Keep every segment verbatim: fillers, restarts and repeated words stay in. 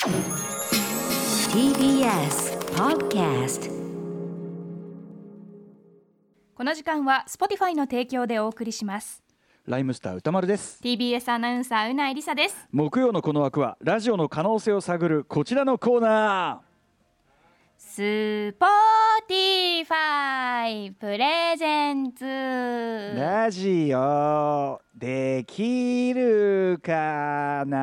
ティービーエス Podcast。 この時間は Spotify の提供でお送りします。 ライムスター歌丸です。 ティービーエス アナウンサーうないりさです。 木曜のこの枠はラジオの可能性を探るこちらのコーナー、 スポティファイプレゼンツラジオできるかな。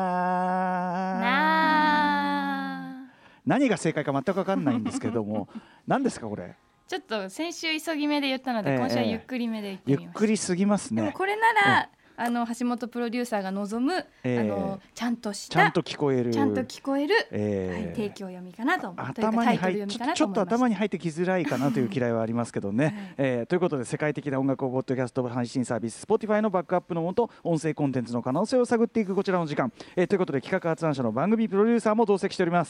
な何が正解か全く分かんないんですけども何ですかこれ。 ちょっと先週急ぎ目で言ったので、えー、今週はゆっくりめで言ってみました。 ゆっくりすぎますね。 でもこれなら、うん、あの橋本プロデューサーが望む、えー、あのちゃんとしたちゃんと聞こえるちゃんと聞こえる、 えーはい、提供読みかなと思って頭に入っちょ、ちょっと頭に入ってきづらいかなという嫌いはありますけどね、はいえー、ということで世界的な音楽をポッドキャスト配信サービス Spotify のバックアップのもと音声コンテンツの可能性を探っていくこちらの時間、えー、ということで企画発案者の番組プロデューサーも同席しております。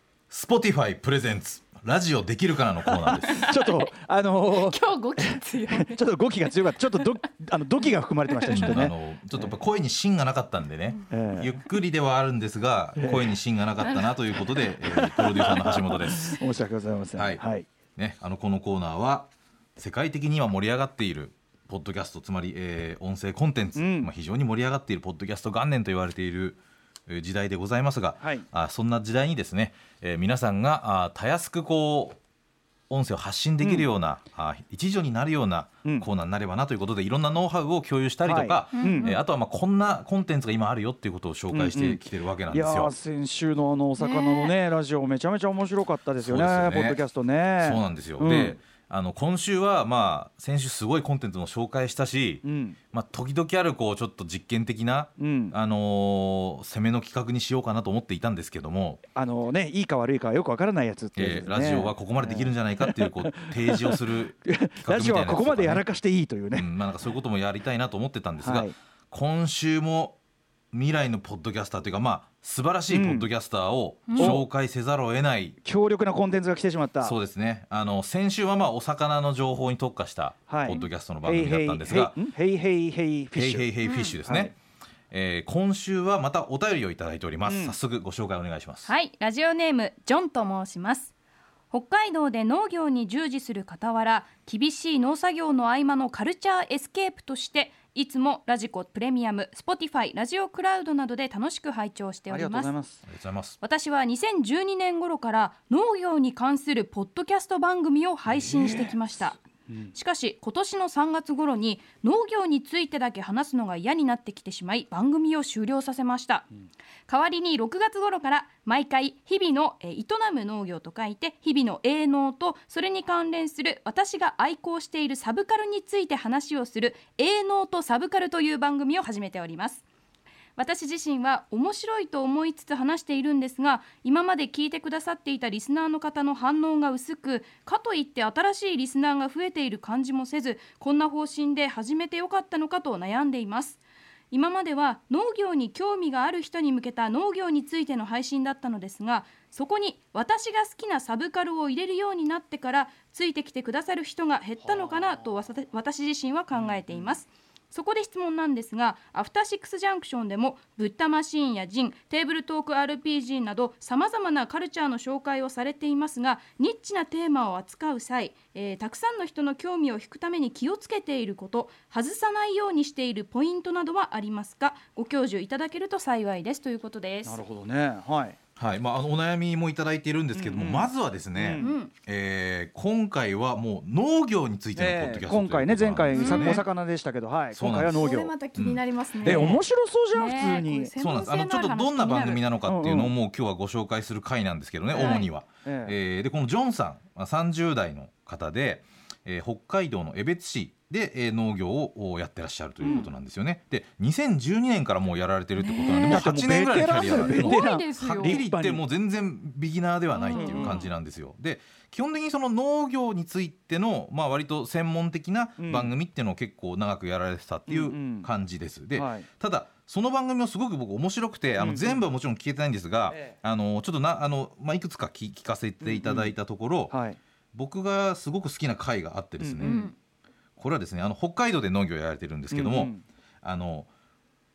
Spotify プレゼンツラジオできるかなのコーナーですちょっとあのー、 今日語気強いちょっと語気が強かった。ちょっとどあの土気が含まれてましたね。ちょっとね、 あのちょっとやっぱ声に芯がなかったんでね、えー、ゆっくりではあるんですが、えー、声に芯がなかったなということで、えー、プロデューサーの橋本です。 申し訳ございません。 はい、はいね、あのこのコーナーは世界的に今盛り上がっているポッドキャスト、つまり、えー、音声コンテンツ、うんまあ、非常に盛り上がっているポッドキャスト元年と言われている時代でございますが、はい、あそんな時代にですね、えー、皆さんがあたやすくこう音声を発信できるような、うん、あ一助になるようなコーナーになればなということで、うん、いろんなノウハウを共有したりとか、はいうんえー、あとはまあこんなコンテンツが今あるよっていうことを紹介してきてるわけなんですよ。 うんうん、いや先週のあのお魚の、ね、ラジオめちゃめちゃ面白かったですよ ね, よねポッドキャストね。 そうなんですよ、うん、であの今週は、まあ、先週すごいコンテンツも紹介したし、うんまあ、時々あるこうちょっと実験的な、うんあのー、攻めの企画にしようかなと思っていたんですけども、 あのね、いいか悪いかよくわからないやつっていう、ねえー、ラジオはここまでできるんじゃないかっていう、こう提示をする企画みたいなやつとか、ね、 ラジオはここまでやらかしていいというね、 うんまあ、なんかそういうこともやりたいなと思ってたんですが、 はい、 今週も未来のポッドキャスターというか、まあ、素晴らしいポッドキャスターを紹介せざるを得ない、うん、 強力なコンテンツが来てしまった。 そうですね、あの先週はまあお魚の情報に特化したポッドキャストの番組だったんですが、 ヘイヘイヘイフィッシュ、 ヘイヘイヘイフィッシュですね、うんはいえー、今週はまたお便りをいただいております、うん、早速ご紹介お願いします。 はい、ラジオネームジョンと申します。北海道で農業に従事する傍ら、厳しい農作業の合間のカルチャーエスケープとしていつもラジコプレミアム、Spotify、ラジオクラウドなどで楽しく拝聴しております。 ありがとうございます。 私はにせんじゅうにねん頃から農業に関するポッドキャスト番組を配信してきました、えーうん、しかし今年のさんがつ頃に農業についてだけ話すのが嫌になってきてしまい、番組を終了させました、うん、代わりにろくがつ頃から毎回日々の、えー、営む農業と書いて日々の営農と、それに関連する私が愛好しているサブカルについて話をする営農とサブカルという番組を始めております。私自身は面白いと思いつつ話しているんですが、今まで聞いてくださっていたリスナーの方の反応が薄く、かといって新しいリスナーが増えている感じもせず、こんな方針で始めてよかったのかと悩んでいます。今までは農業に興味がある人に向けた農業についての配信だったのですが、そこに私が好きなサブカルを入れるようになってからついてきてくださる人が減ったのかなと私自身は考えています。そこで質問なんですが、アフターシックスジャンクションでもブッダマシーンやジン、テーブルトーク アールピージー などさまざまなカルチャーの紹介をされていますが、ニッチなテーマを扱う際、えー、たくさんの人の興味を引くために気をつけていること、外さないようにしているポイントなどはありますか？ご教授いただけると幸いですということです。 なるほどね、はいはいまあ、あのお悩みもいただいているんですけども、うんうん、まずはですね、うんえー、今回はもう農業についてのポッドキャスト、えー、 今回ね、前回、うん、お魚でしたけど、はい、今回は農業。 それまた気になりますね、 うん、え面白そうじゃん、ね、普通に。 そうなんです。あのちょっとどんな番組なのかっていうのをもう今日はご紹介する回なんですけどね、うんうん、主には、はいえー、でこのジョンさんさんじゅう代の方で、えー、北海道の江別市で、えー、農業をやってらっしゃるということなんですよね、うん、でにせんじゅうにねんからもうやられてるってことなんで、もうはちねんぐらいのキャリアなんで、 すごいですよ。 はっきり言ってもう全然ビギナーではないっていう感じなんですよ。で基本的にその農業についての、まあ、割と専門的な番組っていうのを結構長くやられてたっていう感じです。で、はい、ただその番組もすごく僕面白くて、あの全部はもちろん聞けてないんですが、うんうん、あのちょっとなあの、まあ、いくつか 聞, 聞かせていただいたところ、うんうんはい、僕がすごく好きな回があってですね、うんうんこれはですね、あの北海道で農業をやられてるんですけども、うんうん、あの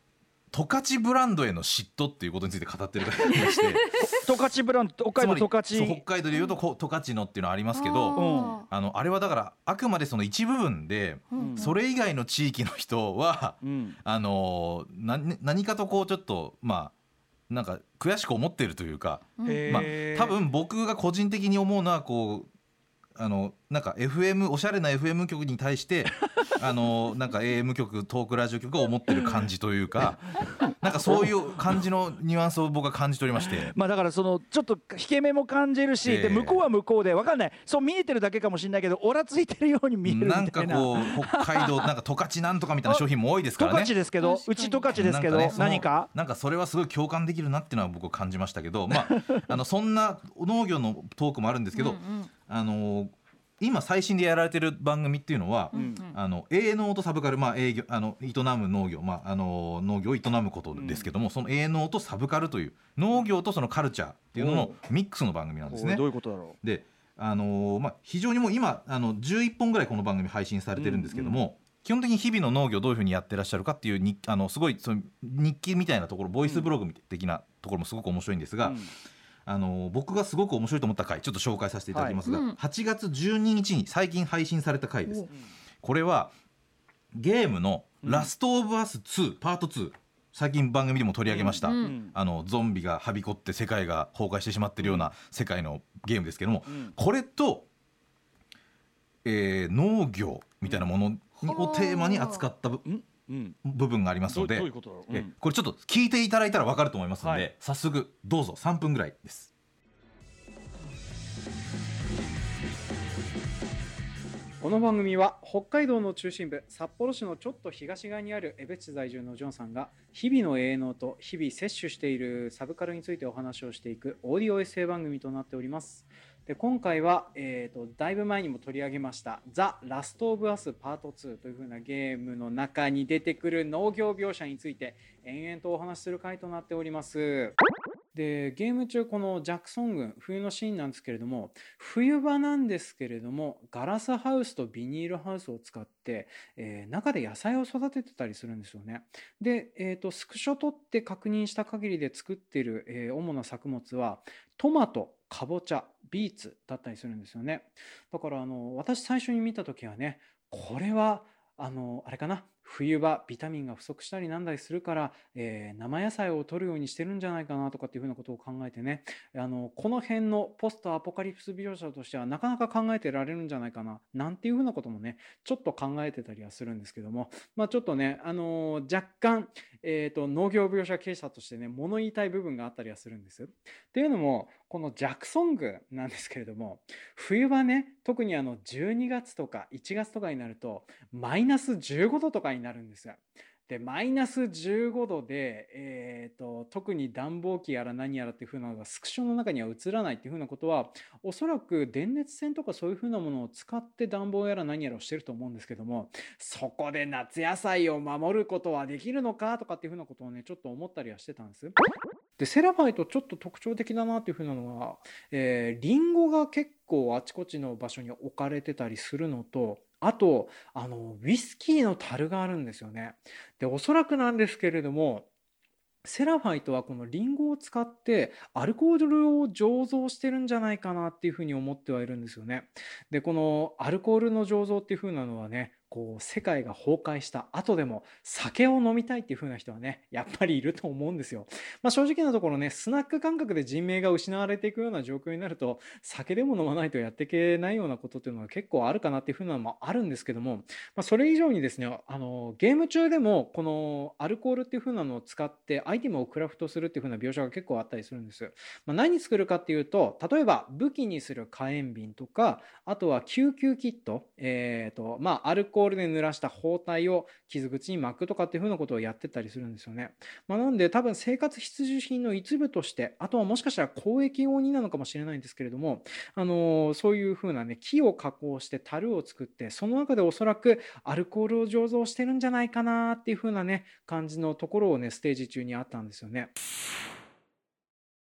十勝ブランドへの嫉妬っていうことについて語ってる方がいまして十勝ブランド、北海道十勝、 北海道でいうと十勝のっていうのはありますけど、 ああのあれはだからあくまでその一部分で、 うんそれ以外の地域の人は、 うん、 あのな何かとこうちょっとまあなんか悔しく思っているというか、 うんまあへー多分僕が個人的に思うのはこうあのなんか エフエム おしゃれな エフエム 局に対してあのなんか エーエム 局トークラジオ局が思ってる感じというかなんかそういう感じのニュアンスを僕は感じ取りまして、 まあだからそのちょっと引け目も感じるし、 えーで向こうは向こうで分かんない、そう見えてるだけかもしれないけどオラついてるように見えるみたいな。 なんかこう北海道なんか十勝なんとかみたいな商品も多いですからね。 十勝ですけど、 確かにうち十勝ですけど、 なんかねその何かなんかそれはすごい共感できるなっていうのは僕は感じましたけど、まああのそんな農業のトークもあるんですけど、 うんうんあの今最新でやられてる番組っていうのは、 うんあの営農とサブカル、まあ、営業あの営む農業、まあ、あの農業を営むことですけども、その営農とサブカルという農業とそのカルチャーっていうののミックスの番組なんですね。 どういうことだろで、あのーまあ、非常にもう今あのじゅういっぽんぐらいこの番組配信されてるんですけども、基本的に日々の農業をどういうふうにやってらっしゃるかっていうにあのすごいその日記みたいなところ、ボイスブログ的なところもすごく面白いんですが、 う、うんあの僕がすごく面白いと思った回ちょっと紹介させていただきますが、 はいうんはちがつじゅうににちに最近配信された回ですお。 これはゲームのラストオブアスツーパートツー、最近番組でも取り上げました、 うんうんあのゾンビがはびこって世界が崩壊してしまっているような世界のゲームですけども、 うんこれと、えー農業みたいなものにをテーマに扱ったぶうんうん部分がありますどうどので、 ういうことだろう、 えこれちょっと聞いていただいたら分かると思いますので、 はい早速どうぞさんぷんぐらいです。 この番組は北海道の中心部札幌市のちょっと東側にある江別市在住のジョンさんが日々の営農と日々摂取しているサブカルについてお話をしていくオーディオエッセイ番組となっております。で今回は、えーと、だいぶ前にも取り上げましたザ・ラスト・オブ・アスパートツーという風なゲームの中に出てくる農業描写について延々とお話しする回となっております。でゲーム中このジャクソン郡冬のシーンなんですけれども、冬場なんですけれどもガラスハウスとビニールハウスを使って、えー中で野菜を育ててたりするんですよね。で、えーとスクショ撮って確認した限りで作っている、えー主な作物はトマト、かぼちゃ、ビーツだったりするんですよね。だからあの私最初に見た時はね、これはあのあれかな、冬場ビタミンが不足したりなんだりするから、えー生野菜を摂るようにしてるんじゃないかなとかっていうふうなことを考えてね、あのこの辺のポストアポカリプス描写としてはなかなか考えてられるんじゃないかななんていうふうなこともねちょっと考えてたりはするんですけども、まあちょっとね、あのー若干、えーと農業描写傾斜としてね物言いたい部分があったりはするんです。っていうのもこのジャクソン郡なんですけれども、冬場ね特にあのじゅうにがつとかいちがつとかになるとマイナスじゅうごどとかになるんですよ。でマイナスじゅうごどで、えー、と特に暖房機やら何やらっていう風なのがスクショの中には映らないっていう風なことは、おそらく電熱線とかそういう風なものを使って暖房やら何やらをしてると思うんですけども、そこで夏野菜を守ることはできるのかとかっていう風なことをねちょっと思ったりはしてたんです。でセラファイトちょっと特徴的だなっていう風なのは、えー、リンゴが結構あちこちの場所に置かれてたりするのと、あとあのウイスキーの樽があるんですよね。でおそらくなんですけれどもセラファイトはこのリンゴを使ってアルコールを醸造してるんじゃないかなっていうふうに思ってはいるんですよね。でこのアルコールの醸造っていうふうなのはね、こう世界が崩壊した後でも酒を飲みたいっていう風な人はねやっぱりいると思うんですよ。まあ正直なところね、スナック感覚で人命が失われていくような状況になると酒でも飲まないとやっていけないようなことっていうのは結構あるかなっていう風なのもあるんですけども、まあ、それ以上にですね、あのゲーム中でもこのアルコールっていう風なのを使ってアイテムをクラフトするっていう風な描写が結構あったりするんです。まあ、何作るかっていうと、例えば武器にする火炎瓶とか、あとは救急キット、えーとまあアルコールアルコールで濡らした包帯を傷口に巻くとかっていう風なことをやってたりするんですよね。まあ、なので多分生活必需品の一部として、あとはもしかしたら交易用になのかもしれないんですけれども、あのー、そういう風なね木を加工して樽を作って、その中でおそらくアルコールを醸造してるんじゃないかなっていう風なね感じのところをねステージ中にあったんですよね。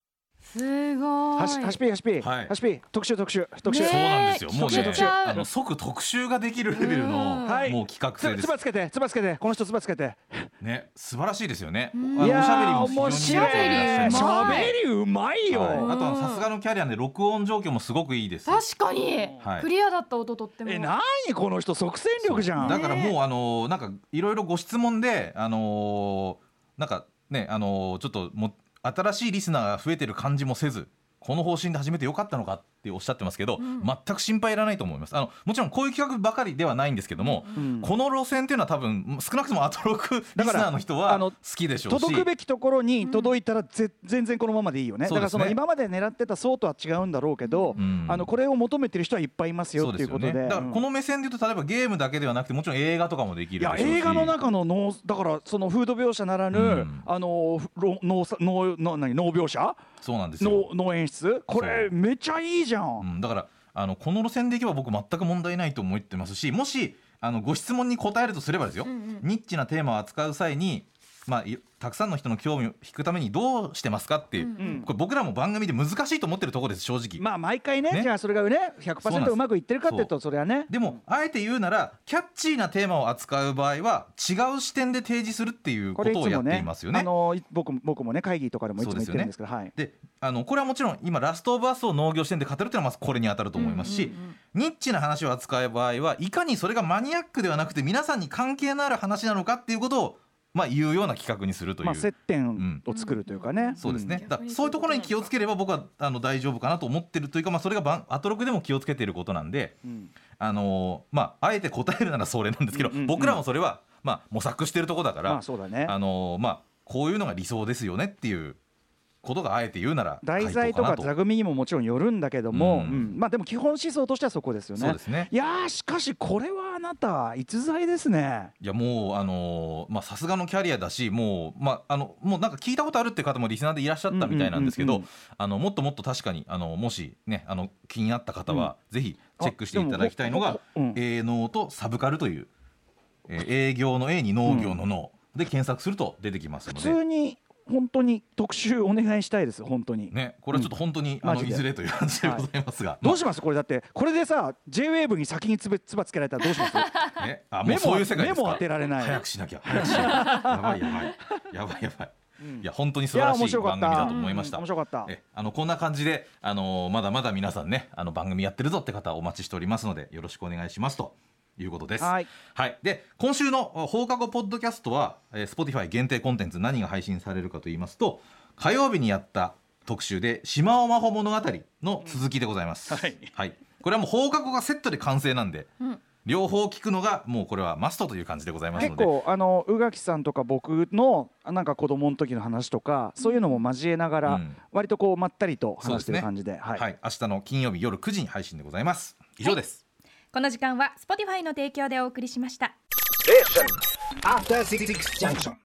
すごい。 ハシハシピーハシピー、 はいハシピー特集特集特集、 ねそうなんですよ。もうね特集あの即特集ができるレベルのはいもう企画性ですつつばつけてつばつけてこの人つばつけてね。素晴らしいですよね。あんのおしいやゃべりもー面非常に白いいらっしゃいます。 喋りうまいよ、 はい、あとはさすがのキャリアで録音状況もすごくいいです。 確かに、 はいクリアだった音とっても。 えなにこの人即戦力じゃん。 だからもうあのなんかいろいろご質問であのなんかねあのちょっとも新しいリスナーが増えてる感じもせず、この方針で始めてよかったのかっておっしゃってますけど、うん、全く心配いらないと思います。あのもちろんこういう企画ばかりではないんですけども、うん、この路線っていうのは多分少なくともアトロクリスナーの人は好きでしょうし、 届くべきところに届いたらぜ、うん、全然このままでいいよね。だからその今まで狙ってた層とは違うんだろうけど、うん、あのこれを求めてる人はいっぱいいますよっていうことで、 そうですよね。だからこの目線で言うと例えばゲームだけではなくてもちろん映画とかもできるでしょうし、 いや映画の中の脳だからそのフード描写ならぬ、うん、あの脳脳脳何脳描写、 そうなんですよ。 脳演出これめっちゃいいじゃん、 うん、だからあのこの路線でいけば僕全く問題ないと思ってますし、もしあのご質問に答えるとすればですよ、うんうん、ニッチなテーマを扱う際に、まあ、たくさんの人の興味を引くためにどうしてますかっていう、うんうん、これ僕らも番組で難しいと思ってるところです正直。 まあ毎回 ね, ねじゃあそれがね ひゃくパーセント うまくいってるかっていうとそれはね。 でもあえて言うならキャッチーなテーマを扱う場合は違う視点で提示するっていうことをやっていますよね。 あの僕, 僕もね会議とかでもいつも言ってるんですけど、 ね、 はい、 であのこれはもちろん今ラストオブアスを農業視点で語るっていうのはまずこれに当たると思いますし、うんうんうん、ニッチな話を扱う場合はいかにそれがマニアックではなくて皆さんに関係のある話なのかっていうことをまあ、言うような企画にするという、まあ、 接点を作るというかね、うん、 そうですね。だそういうところに気をつければ僕はあの大丈夫かなと思ってるというか、まあ、それがバンアトロクでも気をつけていることなんで、うん、あのーまあ、あえて答えるならそれなんですけど、うんうんうん、僕らもそれは、まあ、模索してるところだから、 まあそうだね、 あのーまあ、こういうのが理想ですよねっていうことがあえて言うなら題材とか座組にももちろんよるんだけども、うんうん、まあでも基本思想としてはそこですよね。 そうですね。 いやしかしこれはあなた逸材ですね。 いやもうあのー、まあさすがのキャリアだし、もうまああのもうなんか聞いたことあるっていう方もリスナーでいらっしゃったみたいなんですけど、うんうんうんうん、あのもっともっと確かにあのもしねあの気になった方は、うん、ぜひチェックしていただきたいのが、うん、営農とサブカルという、えー、営業の A に農業の農、うん、で検索すると出てきますので、 普通に本当に特集お願いしたいです本当にね。これはちょっと本当に、うん、あのいずれという感じでございますが、はい、 どうしますこれだってこれでさ ジェイウェーブ に先につばつけられたらどうしますね、あもうそういう世界ですか。 目も当てられない。 早くしなきゃ早くしなきゃやばいやばいやばいやばい、うん、いや本当に素晴らしい番組だと思いました。 面白かった。 えあのこんな感じで、あのー、まだまだ皆さんねあの番組やってるぞって方お待ちしておりますのでよろしくお願いしますということです。はい、はい、で今週の放課後ポッドキャストは、えー、Spotify 限定コンテンツ何が配信されるかと言いますと、火曜日にやった特集で島尾真帆物語の続きでございます、うんはいはい、これはもう放課後がセットで完成なんで、うん、両方聞くのがもうこれはマストという感じでございますので、 結構あの宇垣さんとか僕のなんか子供の時の話とかそういうのも交えながら、うん、割とこうまったりと話してる感じで、 ねはいはい、明日の金曜日夜くじに配信でございます。以上です、 はい、この時間は Spotify の提供でお送りしました。